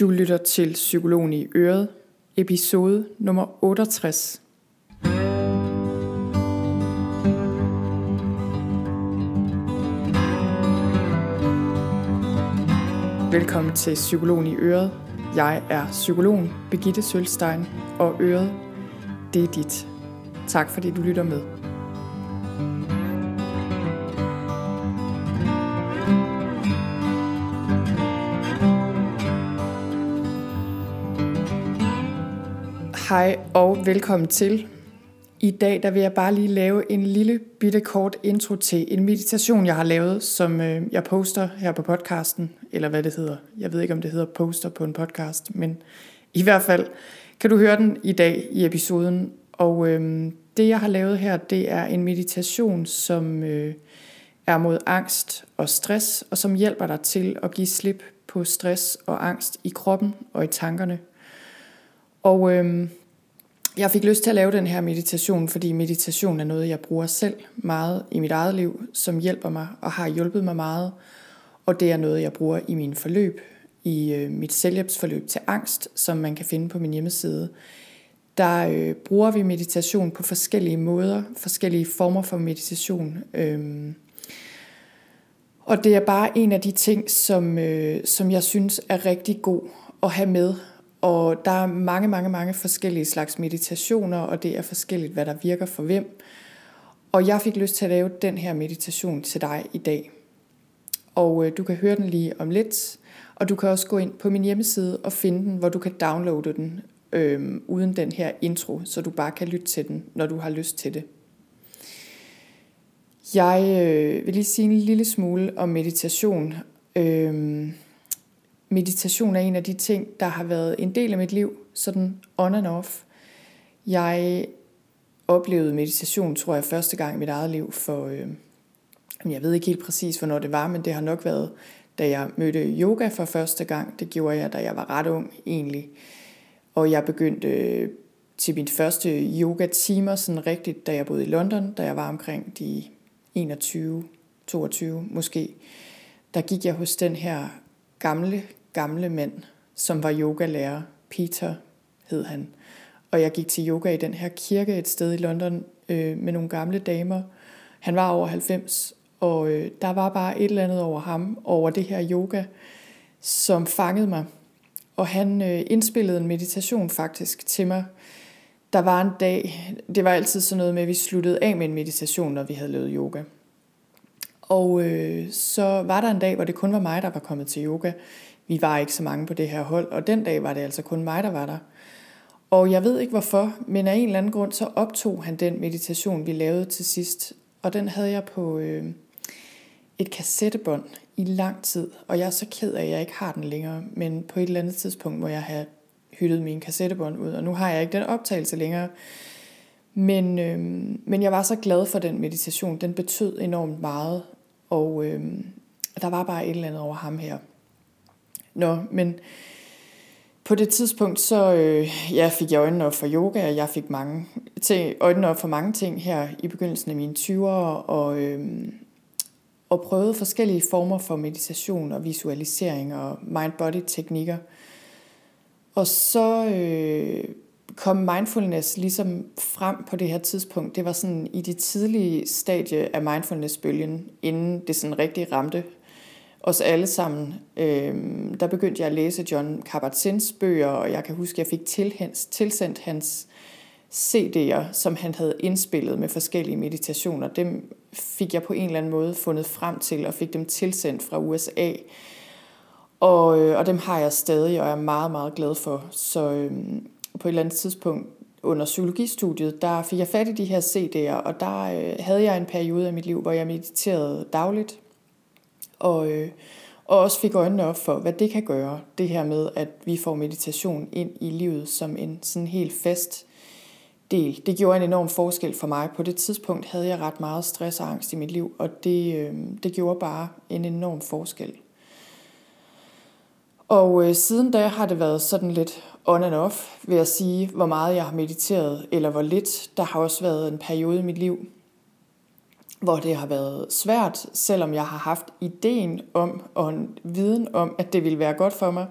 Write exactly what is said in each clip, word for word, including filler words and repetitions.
Du lytter til Psykologen i Øret, episode nummer otteogtres. Velkommen til Psykologen i Øret. Jeg er psykologen Birgitte Sølstein, og Øret, det er dit. Tak fordi du lytter med. Hej og velkommen til. I dag der vil jeg bare lige lave en lille bitte kort intro til en meditation, jeg har lavet, som øh, jeg poster her på podcasten, eller hvad det hedder. Jeg ved ikke, om det hedder poster på en podcast, men i hvert fald kan du høre den i dag i episoden. Og øh, det, jeg har lavet her, det er en meditation, som øh, er mod angst og stress, og som hjælper dig til at give slip på stress og angst i kroppen og i tankerne. Og øh, jeg fik lyst til at lave den her meditation, fordi meditation er noget, jeg bruger selv meget i mit eget liv, som hjælper mig og har hjulpet mig meget. Og det er noget, jeg bruger i mine forløb, i øh, mit selvhjælpsforløb til angst, som man kan finde på min hjemmeside. Der øh, bruger vi meditation på forskellige måder, forskellige former for meditation. Øhm, og det er bare en af de ting, som, øh, som jeg synes er rigtig god at have med. Og der er mange, mange, mange forskellige slags meditationer, og det er forskelligt, hvad der virker for hvem. Og jeg fik lyst til at lave den her meditation til dig i dag. Og øh, du kan høre den lige om lidt, og du kan også gå ind på min hjemmeside og finde den, hvor du kan downloade den øh, uden den her intro, så du bare kan lytte til den, når du har lyst til det. Jeg øh, vil lige sige en lille smule om meditation. Øh, Meditation er en af de ting, der har været en del af mit liv, sådan on and off. Jeg oplevede meditation, tror jeg, første gang i mit eget liv for, øh, jeg ved ikke helt præcis, hvornår det var, men det har nok været, da jeg mødte yoga for første gang. Det gjorde jeg, da jeg var ret ung egentlig. Og jeg begyndte øh, til mine første yoga-timer, sådan rigtigt, da jeg boede i London, da jeg var omkring de enogtyve, toogtyve måske. Der gik jeg hos den her gamle, gamle mand, som var yogalærer. Peter hed han. Og jeg gik til yoga i den her kirke et sted i London øh, med nogle gamle damer. Han var over halvfems, og øh, der var bare et eller andet over ham, over det her yoga, som fangede mig. Og han øh, indspillede en meditation faktisk til mig. Der var en dag, det var altid sådan noget med, at vi sluttede af med en meditation, når vi havde lavet yoga. Og øh, så var der en dag, hvor det kun var mig, der var kommet til yoga. Vi var ikke så mange på det her hold, og den dag var det altså kun mig, der var der. Og jeg ved ikke hvorfor, men af en eller anden grund, så optog han den meditation, vi lavede til sidst. Og den havde jeg på øh, et kassettebånd i lang tid. Og jeg er så ked af, at jeg ikke har den længere. Men på et eller andet tidspunkt må jeg have hyttet min kassettebånd ud, og nu har jeg ikke den optagelse længere. Men, øh, men jeg var så glad for den meditation. Den betød enormt meget. Og øh, der var bare et eller andet over ham her. Nå, men på det tidspunkt, så øh, ja, fik jeg øjnene op for yoga, og jeg fik mange ting, øjnene op for mange ting her i begyndelsen af mine tyvere, og, øh, og prøvede forskellige former for meditation og visualisering og mind-body-teknikker. Og så øh, kom mindfulness ligesom frem på det her tidspunkt. Det var sådan i de tidlige stadie af mindfulness-bølgen, inden det sådan rigtig ramte os alle sammen. Øhm, der begyndte jeg at læse Jon Kabat-Zins bøger, og jeg kan huske, at jeg fik tilsendt hans C D'er, som han havde indspillet med forskellige meditationer. Dem fik jeg på en eller anden måde fundet frem til, og fik dem tilsendt fra U S A. Og, og dem har jeg stadig, og er meget, meget glad for. Så øhm, på et eller andet tidspunkt under psykologistudiet, der fik jeg fat i de her C D'er, og der øh, havde jeg en periode af mit liv, hvor jeg mediterede dagligt. Og, øh, og også fik øjnene op for, hvad det kan gøre, det her med, at vi får meditation ind i livet som en sådan helt fast del. Det gjorde en enorm forskel for mig. På det tidspunkt havde jeg ret meget stress og angst i mit liv, og det, øh, det gjorde bare en enorm forskel. Og øh, siden da har det været sådan lidt on and off, ved at sige, hvor meget jeg har mediteret, eller hvor lidt. Der har også været en periode i mit liv, hvor det har været svært, selvom jeg har haft ideen om og en viden om, at det ville være godt for mig,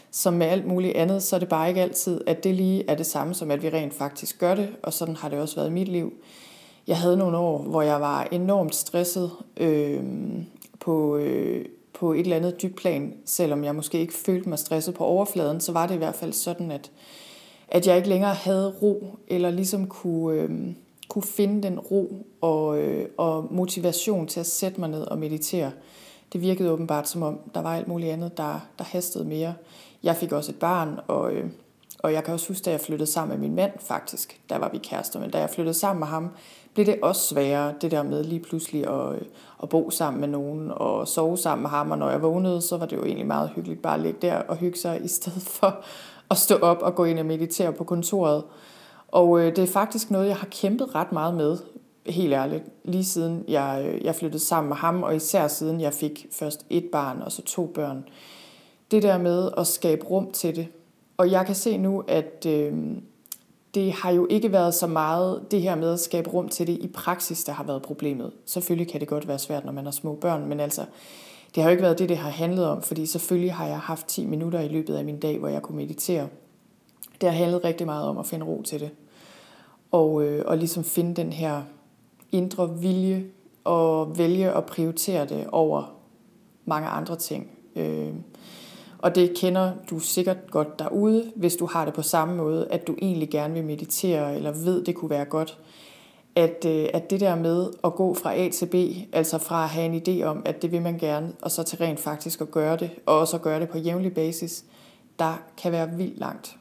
som med alt muligt andet, så er det bare ikke altid, at det lige er det samme, som at vi rent faktisk gør det, og sådan har det også været i mit liv. Jeg havde nogle år, hvor jeg var enormt stresset øh, på, øh, på et eller andet dybt plan, selvom jeg måske ikke følte mig stresset på overfladen, så var det i hvert fald sådan, at, at jeg ikke længere havde ro, eller ligesom kunne, øh, kunne finde den ro og, øh, og motivation til at sætte mig ned og meditere. Det virkede åbenbart som om, der var alt muligt andet, der, der hastede mere. Jeg fik også et barn, og, øh, og jeg kan også huske, da jeg flyttede sammen med min mand faktisk, der var vi kærester, men da jeg flyttede sammen med ham, blev det også sværere, det der med lige pludselig at, at bo sammen med nogen og sove sammen med ham, og når jeg vågnede, så var det jo egentlig meget hyggeligt bare at ligge der og hygge sig, i stedet for at stå op og gå ind og meditere på kontoret. Og øh, det er faktisk noget, jeg har kæmpet ret meget med, helt ærligt, lige siden jeg, jeg flyttede sammen med ham, og især siden jeg fik først et barn og så to børn. Det der med at skabe rum til det. Og jeg kan se nu, at øh, det har jo ikke været så meget det her med at skabe rum til det i praksis, der har været problemet. Selvfølgelig kan det godt være svært, når man har små børn, men altså, det har jo ikke været det, det har handlet om, fordi selvfølgelig har jeg haft ti minutter i løbet af min dag, hvor jeg kunne meditere. Det har handlet rigtig meget om at finde ro til det. Og, øh, og ligesom finde den her indre vilje og vælge at prioritere det over mange andre ting. Øh, og det kender du sikkert godt derude, hvis du har det på samme måde, at du egentlig gerne vil meditere, eller ved, det kunne være godt. At, øh, at det der med at gå fra A til B, altså fra at have en idé om, at det vil man gerne, og så til rent faktisk at gøre det, og også at gøre det på jævnlig basis, der kan være vildt langt.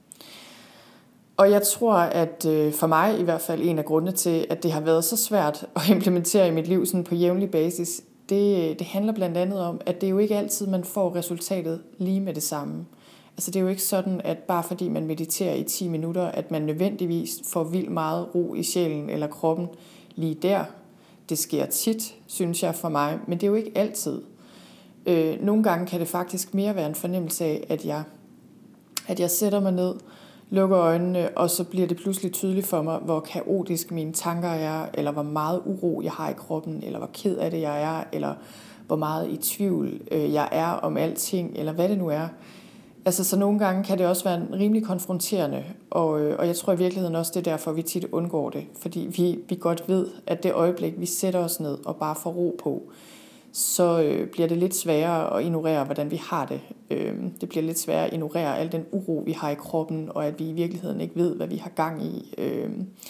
Og jeg tror, at øh, for mig i hvert fald en af grundene til, at det har været så svært at implementere i mit liv sådan på jævnlig basis, det, det handler blandt andet om, at det er jo ikke altid, man får resultatet lige med det samme. Altså det er jo ikke sådan, at bare fordi man mediterer i ti minutter, at man nødvendigvis får vildt meget ro i sjælen eller kroppen lige der. Det sker tit, synes jeg for mig, men det er jo ikke altid. Øh, nogle gange kan det faktisk mere være en fornemmelse af, at jeg, at jeg sætter mig ned, lukker øjnene, og så bliver det pludselig tydeligt for mig, hvor kaotisk mine tanker er, eller hvor meget uro jeg har i kroppen, eller hvor ked af det jeg er, eller hvor meget i tvivl jeg er om alting, eller hvad det nu er. Altså, så nogle gange kan det også være rimelig konfronterende, og, og jeg tror i virkeligheden også, det er derfor, vi tit undgår det, fordi vi, vi godt ved, at det øjeblik, vi sætter os ned og bare får ro på, så øh, bliver det lidt sværere at ignorere, hvordan vi har det. Øh, det bliver lidt sværere at ignorere al den uro, vi har i kroppen, og at vi i virkeligheden ikke ved, hvad vi har gang i. Øh,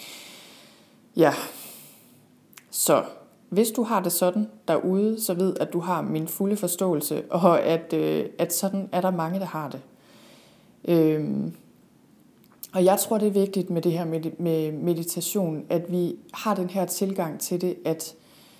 ja, så hvis du har det sådan derude, så ved, at du har min fulde forståelse, og at, øh, at sådan er der mange, der har det. Øh, og jeg tror, det er vigtigt med det her med, med meditation, at vi har den her tilgang til det, at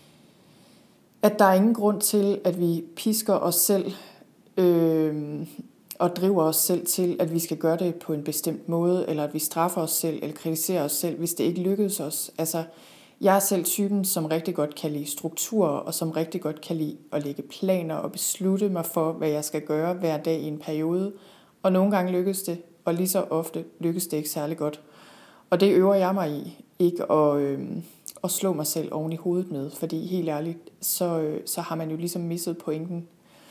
at der er ingen grund til, at vi pisker os selv øh, og driver os selv til, at vi skal gøre det på en bestemt måde, eller at vi straffer os selv, eller kritiserer os selv, hvis det ikke lykkedes os. Altså, jeg er selv typen, som rigtig godt kan lide strukturer, og som rigtig godt kan lide at lægge planer og beslutte mig for, hvad jeg skal gøre hver dag i en periode. Og nogle gange lykkes det, og lige så ofte lykkes det ikke særlig godt. Og det øver jeg mig i, ikke at... Øh, og slå mig selv oven i hovedet med, fordi helt ærligt, så, så har man jo ligesom misset pointen.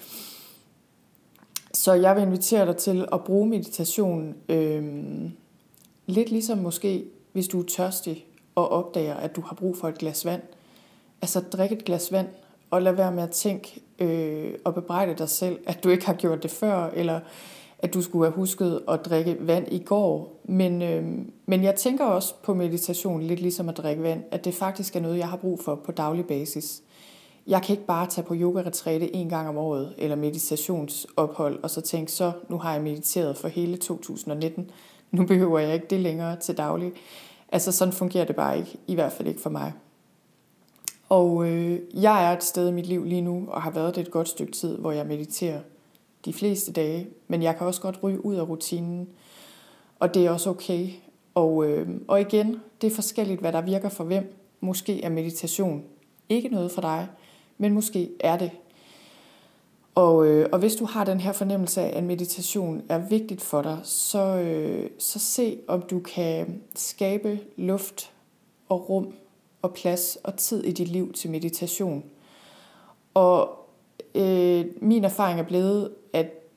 Så jeg vil invitere dig til at bruge meditation øh, lidt ligesom måske, hvis du er tørstig og opdager, at du har brug for et glas vand. Altså drik et glas vand, og lad være med at tænke øh, og bebrejde dig selv, at du ikke har gjort det før, eller at du skulle have husket at drikke vand i går. Men, øh, men jeg tænker også på meditation, lidt ligesom at drikke vand, at det faktisk er noget, jeg har brug for på daglig basis. Jeg kan ikke bare tage på yoga-retræte en gang om året, eller meditationsophold, og så tænke, så nu har jeg mediteret for hele to tusind nitten. Nu behøver jeg ikke det længere til daglig. Altså sådan fungerer det bare ikke, i hvert fald ikke for mig. Og øh, jeg er et sted i mit liv lige nu, og har været det et godt stykke tid, hvor jeg mediterer de fleste dage, men jeg kan også godt ryge ud af rutinen, og det er også okay. Og, øh, og igen, det er forskelligt, hvad der virker for hvem. Måske er meditation ikke noget for dig, men måske er det. Og, øh, og hvis du har den her fornemmelse af, at meditation er vigtigt for dig, så, øh, så se, om du kan skabe luft og rum og plads og tid i dit liv til meditation. Og øh, min erfaring er blevet, at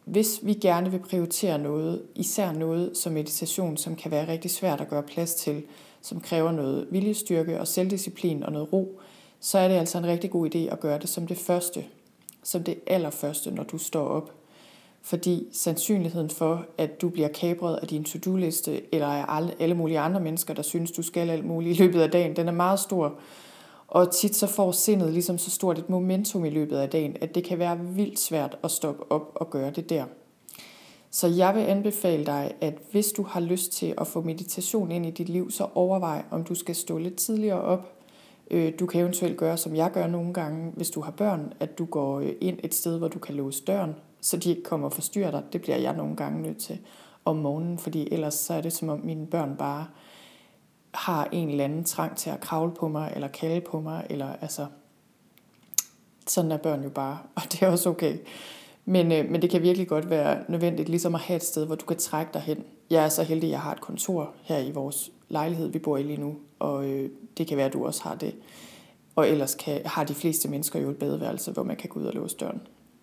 hvis vi gerne vil prioritere noget, især noget som meditation, som kan være rigtig svært at gøre plads til, som kræver noget viljestyrke og selvdisciplin og noget ro, så er det altså en rigtig god idé at gøre det som det første, som det allerførste, når du står op. Fordi sandsynligheden for, at du bliver kapret af din to-do-liste, eller af alle mulige andre mennesker, der synes, du skal alt muligt i løbet af dagen, den er meget stor. Og tit så får sindet ligesom så stort et momentum i løbet af dagen, at det kan være vildt svært at stoppe op og gøre det der. Så jeg vil anbefale dig, at hvis du har lyst til at få meditation ind i dit liv, så overvej, om du skal stå lidt tidligere op. Du kan eventuelt gøre, som jeg gør nogle gange, hvis du har børn, at du går ind et sted, hvor du kan låse døren, så de ikke kommer og forstyrrer dig. Det bliver jeg nogle gange nødt til om morgenen, fordi ellers så er det som om mine børn bare har en eller anden trang til at kravle på mig, eller kalde på mig, eller altså, sådan er børn jo bare, og det er også okay. Men, øh, men det kan virkelig godt være nødvendigt, ligesom at have et sted, hvor du kan trække dig hen. Jeg er så heldig, at jeg har et kontor her i vores lejlighed, vi bor i lige nu, og øh, det kan være, at du også har det. Og ellers kan, har de fleste mennesker jo et badeværelse, hvor man kan gå ud og låse døren.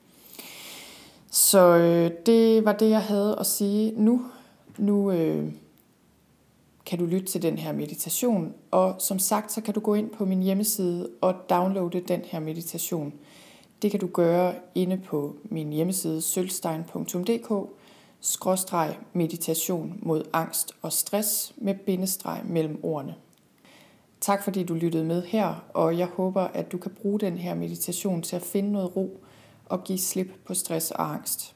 Så øh, det var det, jeg havde at sige nu. Nu øh, kan du lytte til den her meditation, og som sagt, så kan du gå ind på min hjemmeside og downloade den her meditation. Det kan du gøre inde på min hjemmeside sølvstein punktum d k skråstreg meditation mod angst og stress med bindestreg mellem ordene. Tak fordi du lyttede med her, og jeg håber, at du kan bruge den her meditation til at finde noget ro og give slip på stress og angst.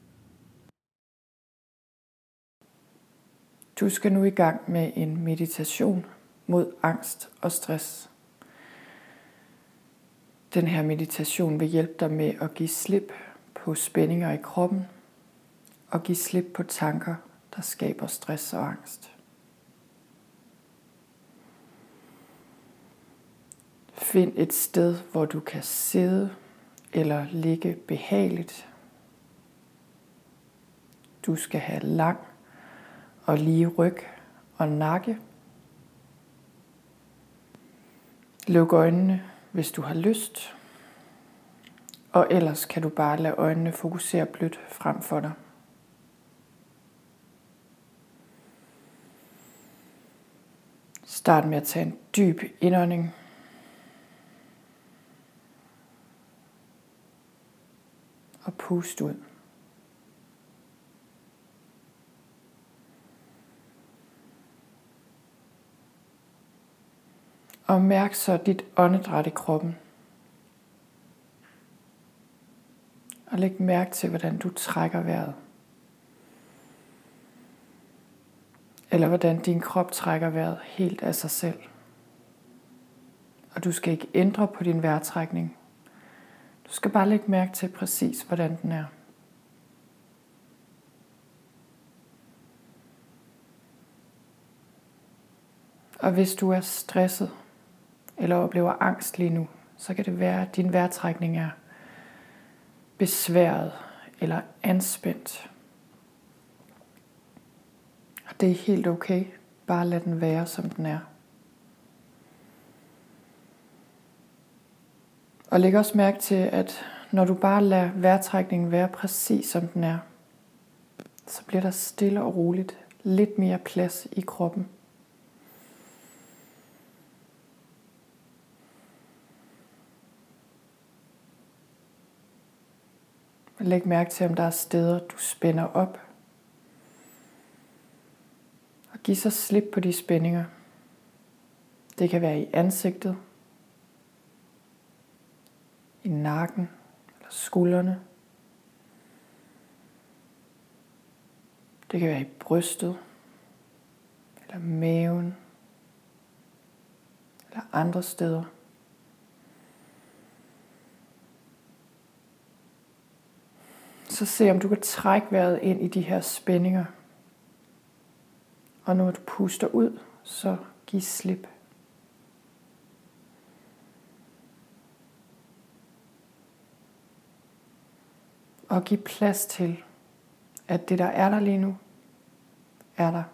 Du skal nu i gang med en meditation mod angst og stress. Den her meditation vil hjælpe dig med at give slip på spændinger i kroppen og give slip på tanker, der skaber stress og angst. Find et sted, hvor du kan sidde eller ligge behageligt. Du skal have lang og lige ryg og nakke. Luk øjnene, hvis du har lyst. Og ellers kan du bare lade øjnene fokusere blødt frem for dig. Start med at tage en dyb indånding. Og pust ud. Og mærk så dit åndedræt i kroppen. Og læg mærke til, hvordan du trækker vejret. Eller hvordan din krop trækker vejret helt af sig selv. Og du skal ikke ændre på din vejrtrækning. Du skal bare lægge mærke til præcis, hvordan den er. Og hvis du er stresset eller oplever angst lige nu, så kan det være, at din vejrtrækning er besværet eller anspændt. Og det er helt okay. Bare lad den være, som den er. Og læg også mærke til, at når du bare lader vejrtrækningen være præcis, som den er, så bliver der stille og roligt lidt mere plads i kroppen. Læg mærke til, om der er steder, du spænder op. Og giv så slip på de spændinger. Det kan være i ansigtet, i nakken eller skuldrene. Det kan være i brystet eller maven eller andre steder. Så se, om du kan trække vejret ind i de her spændinger. Og når du puster ud, så giv slip. Og giv plads til, at det, der er der lige nu, er der.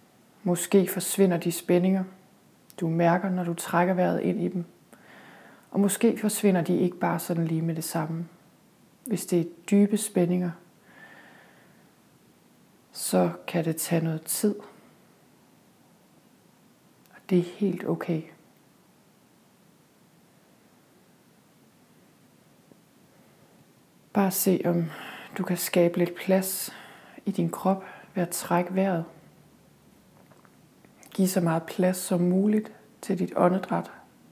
Måske forsvinder de spændinger, du mærker, når du trækker vejret ind i dem. Og Og måske forsvinder de ikke bare sådan lige med det samme. Hvis det er dybe spændinger, så kan det tage noget tid. Og det er helt okay. Bare se, om du kan skabe lidt plads i din krop ved at trække vejret. Giv så meget plads som muligt til dit åndedræt.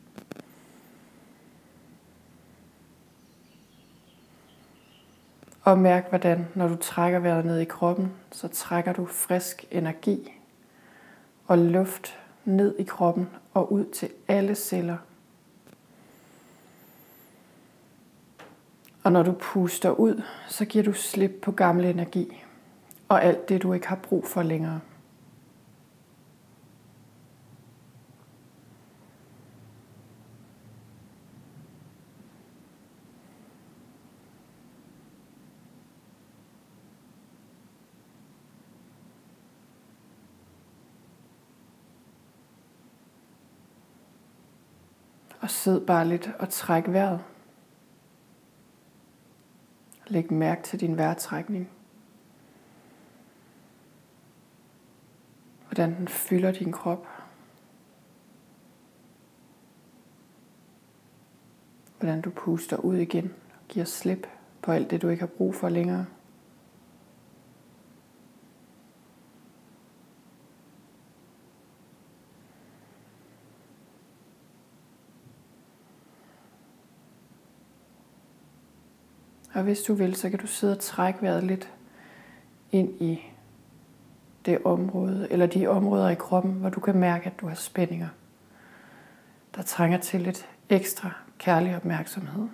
Og mærk, hvordan når du trækker vejret ned i kroppen, så trækker du frisk energi og luft ned i kroppen og ud til alle celler. Og når du puster ud, så giver du slip på gammel energi og alt det, du ikke har brug for længere. Og sid bare lidt og træk vejret. Læg mærke til din vejrtrækning. Hvordan den fylder din krop. Hvordan du puster ud igen og giver slip på alt det, du ikke har brug for længere. Og hvis du vil, så kan du sidde og trække vejret lidt ind i det område, eller de områder i kroppen, hvor du kan mærke, at du har spændinger, der trænger til lidt ekstra kærlig opmærksomhed.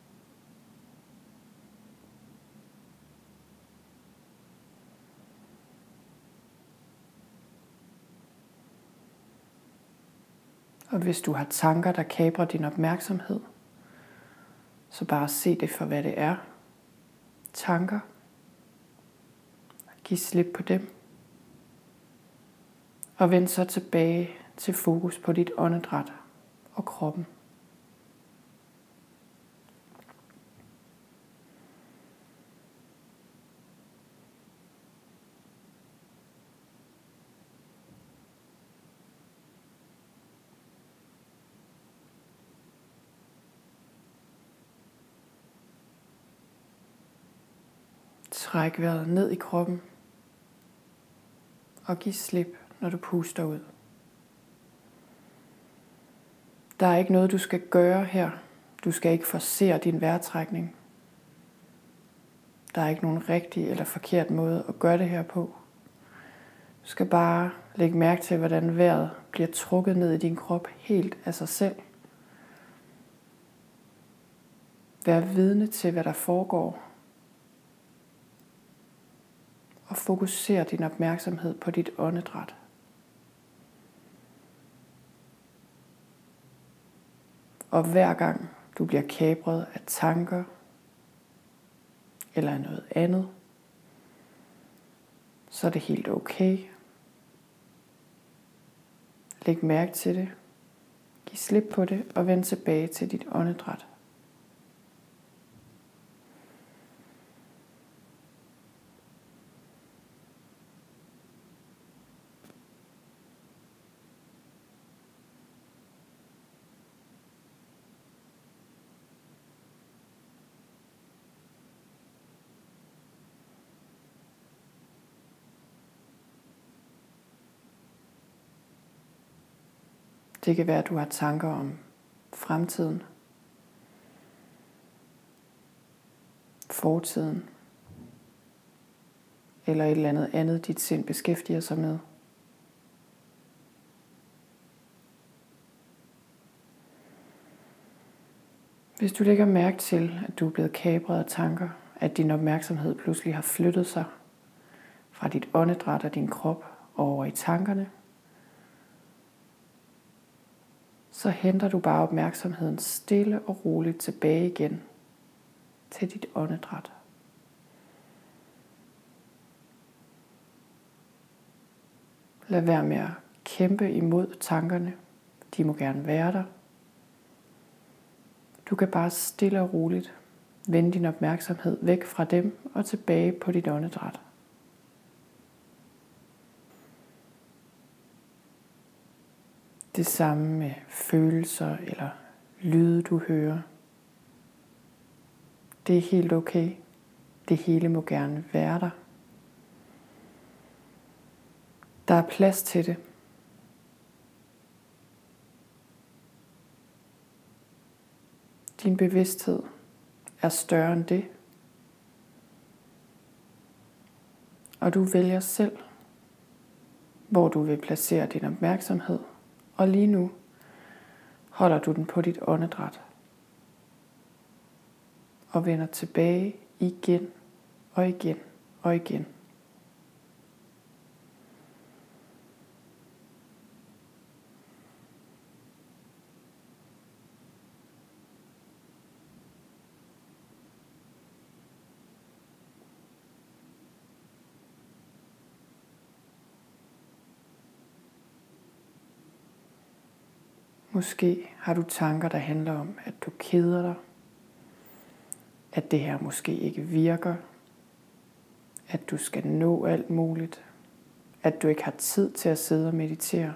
Og hvis du har tanker, der kaprer din opmærksomhed, så bare se det for, hvad det er. Tanker. Giv slip på dem. Og vend så tilbage til fokus på dit åndedræt og kroppen. Træk vejret ned i kroppen og giv slip, når du puster ud. Der er ikke noget, du skal gøre her. Du skal ikke forcere din vejrtrækning. Der er ikke nogen rigtig eller forkert måde at gøre det her på. Du skal bare lægge mærke til, hvordan vejret bliver trukket ned i din krop helt af sig selv. Vær vidne til, hvad der foregår. Og fokuser din opmærksomhed på dit åndedræt. Og hver gang du bliver kapret af tanker eller af noget andet, så er det helt okay. Læg mærke til det. Giv slip på det og vend tilbage til dit åndedræt. Det kan være, at du har tanker om fremtiden, fortiden, eller et eller andet andet, dit sind beskæftiger sig med. Hvis du lægger mærke til, at du er blevet kapret af tanker, at din opmærksomhed pludselig har flyttet sig fra dit åndedræt og din krop over i tankerne, så henter du bare opmærksomheden stille og roligt tilbage igen til dit åndedræt. Lad være med at kæmpe imod tankerne. De må gerne være der. Du kan bare stille og roligt vende din opmærksomhed væk fra dem og tilbage på dit åndedræt. Det samme med følelser eller lyde, du hører. Det er helt okay. Det hele må gerne være der. Der er plads til det. Din bevidsthed er større end det. Og du vælger selv, hvor du vil placere din opmærksomhed. Og lige nu holder du den på dit åndedræt. Og vender tilbage igen og igen og igen. Måske har du tanker, der handler om, at du keder dig, at det her måske ikke virker, at du skal nå alt muligt, at du ikke har tid til at sidde og meditere.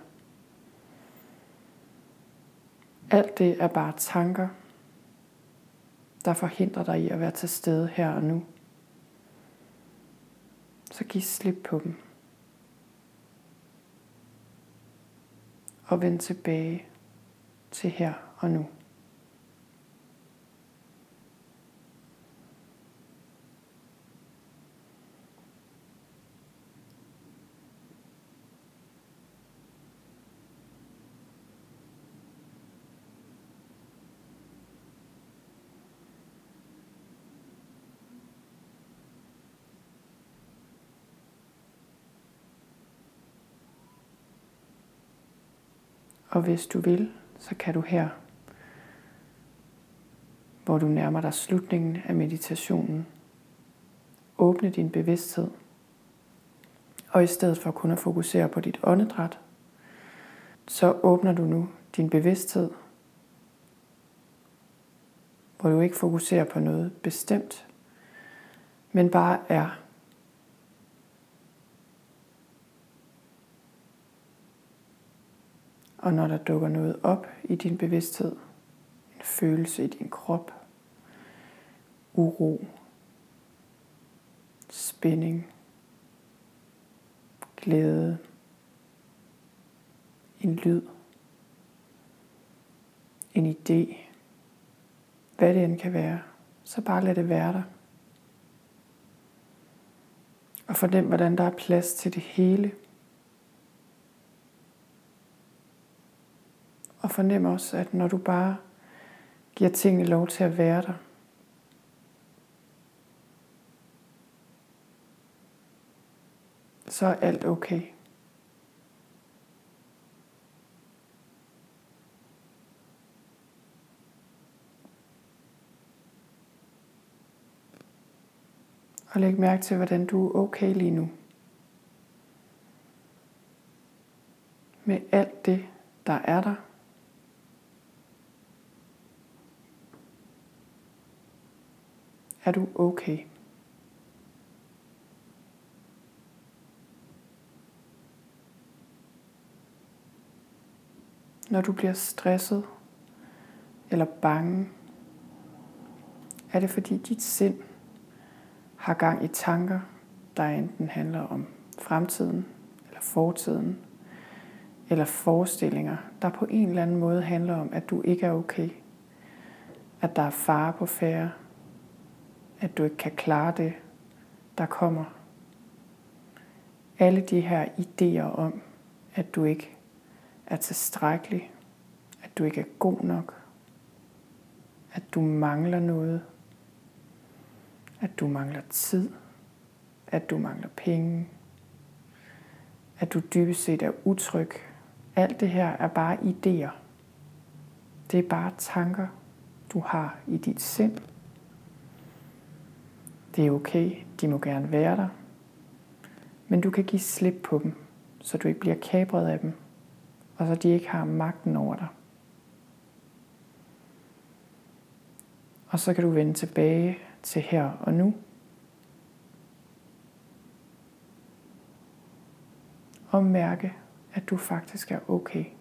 Alt det er bare tanker, der forhindrer dig i at være til stede her og nu. Så giv slip på dem. Og vend tilbage til her og nu. Og hvis du vil, så kan du her, hvor du nærmer dig slutningen af meditationen, åbne din bevidsthed. Og i stedet for kun at fokusere på dit åndedræt, så åbner du nu din bevidsthed, hvor du ikke fokuserer på noget bestemt, men bare er. Og når der dukker noget op i din bevidsthed, en følelse i din krop, uro, spænding, glæde, en lyd, en idé, hvad det end kan være, så bare lad det være der. Og fornem, hvordan der er plads til det hele. Og fornem også, at når du bare giver tingene lov til at være der, så er alt okay. Og læg mærke til, hvordan du er okay lige nu. Med alt det, der er der. Er du okay? Når du bliver stresset eller bange, er det fordi dit sind har gang i tanker, der enten handler om fremtiden eller fortiden, eller forestillinger, der på en eller anden måde handler om, at du ikke er okay, at der er fare på færde, at du ikke kan klare det, der kommer. Alle de her idéer om, at du ikke er tilstrækkelig, at du ikke er god nok, at du mangler noget, at du mangler tid, at du mangler penge, at du dybest set er utryg. Alt det her er bare idéer. Det er bare tanker, du har i dit sind. Det er okay, de må gerne være der. Men du kan give slip på dem, så du ikke bliver kapret af dem, og så de ikke har magten over dig. Og så kan du vende tilbage til her og nu. Og mærke, at du faktisk er okay.